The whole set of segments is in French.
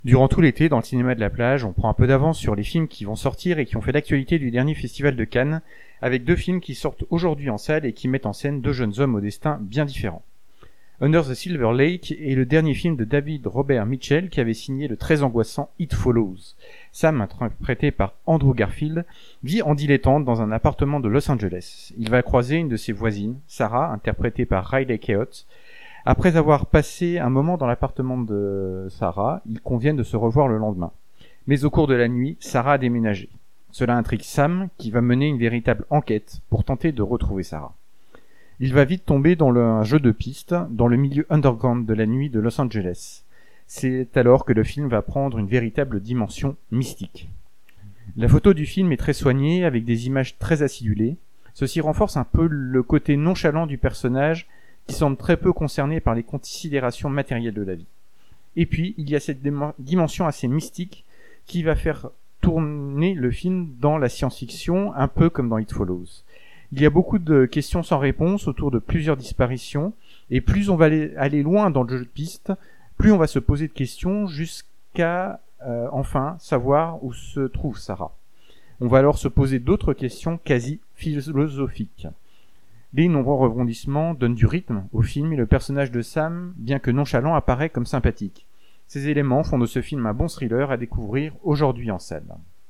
Durant tout l'été, dans le cinéma de la plage, on prend un peu d'avance sur les films qui vont sortir et qui ont fait l'actualité du dernier festival de Cannes, avec 2 films qui sortent aujourd'hui en salle et qui mettent en scène 2 jeunes hommes au destin bien différents. Under the Silver Lake est le dernier film de David Robert Mitchell qui avait signé le très angoissant It Follows. Sam, interprété par Andrew Garfield, vit en dilettante dans un appartement de Los Angeles. Il va croiser une de ses voisines, Sarah, interprétée par Riley Keough. Après avoir passé un moment dans l'appartement de Sarah, ils conviennent de se revoir le lendemain. Mais au cours de la nuit, Sarah a déménagé. Cela intrigue Sam, qui va mener une véritable enquête pour tenter de retrouver Sarah. Il va vite tomber dans un jeu de pistes dans le milieu underground de la nuit de Los Angeles. C'est alors que le film va prendre une véritable dimension mystique. La photo du film est très soignée, avec des images très acidulées. Ceci renforce un peu le côté nonchalant du personnage, qui semble très peu concerné par les considérations matérielles de la vie. Et puis, il y a cette dimension assez mystique qui va faire tourner le film dans la science-fiction, un peu comme dans It Follows. Il y a beaucoup de questions sans réponse autour de plusieurs disparitions, et plus on va aller loin dans le jeu de piste, plus on va se poser de questions jusqu'à enfin savoir où se trouve Sarah. On va alors se poser d'autres questions quasi philosophiques. Les nombreux rebondissements donnent du rythme au film et le personnage de Sam, bien que nonchalant, apparaît comme sympathique. Ces éléments font de ce film un bon thriller à découvrir aujourd'hui en salle.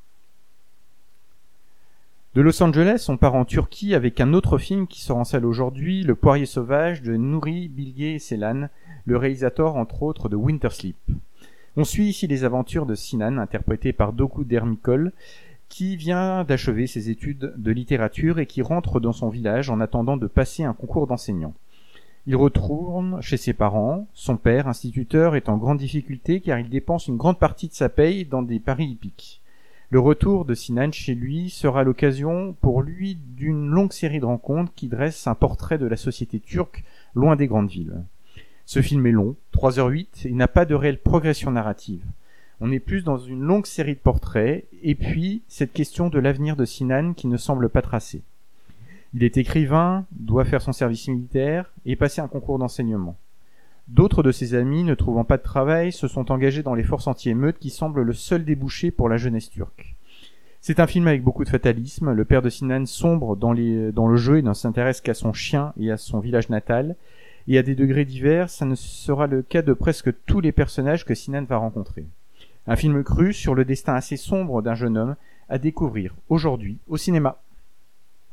De Los Angeles, on part en Turquie avec un autre film qui sort en salle aujourd'hui, Le Poirier Sauvage de Nuri Bilge Ceylan, le réalisateur entre autres de Winter Sleep. On suit ici les aventures de Sinan, interprété par Doku Dermikol, qui vient d'achever ses études de littérature et qui rentre dans son village en attendant de passer un concours d'enseignant. Il retourne chez ses parents. Son père, instituteur, est en grande difficulté car il dépense une grande partie de sa paye dans des paris hippiques. Le retour de Sinan chez lui sera l'occasion pour lui d'une longue série de rencontres qui dressent un portrait de la société turque loin des grandes villes. Ce film est long, 3h08, et n'a pas de réelle progression narrative. On est plus dans une longue série de portraits, et puis cette question de l'avenir de Sinan qui ne semble pas tracée. Il est écrivain, doit faire son service militaire et passer un concours d'enseignement. D'autres de ses amis, ne trouvant pas de travail, se sont engagés dans les forces anti-émeutes qui semblent le seul débouché pour la jeunesse turque. C'est un film avec beaucoup de fatalisme. Le père de Sinan sombre dans le jeu et ne s'intéresse qu'à son chien et à son village natal. Et à des degrés divers, ça ne sera le cas de presque tous les personnages que Sinan va rencontrer. Un film cru sur le destin assez sombre d'un jeune homme à découvrir aujourd'hui au cinéma.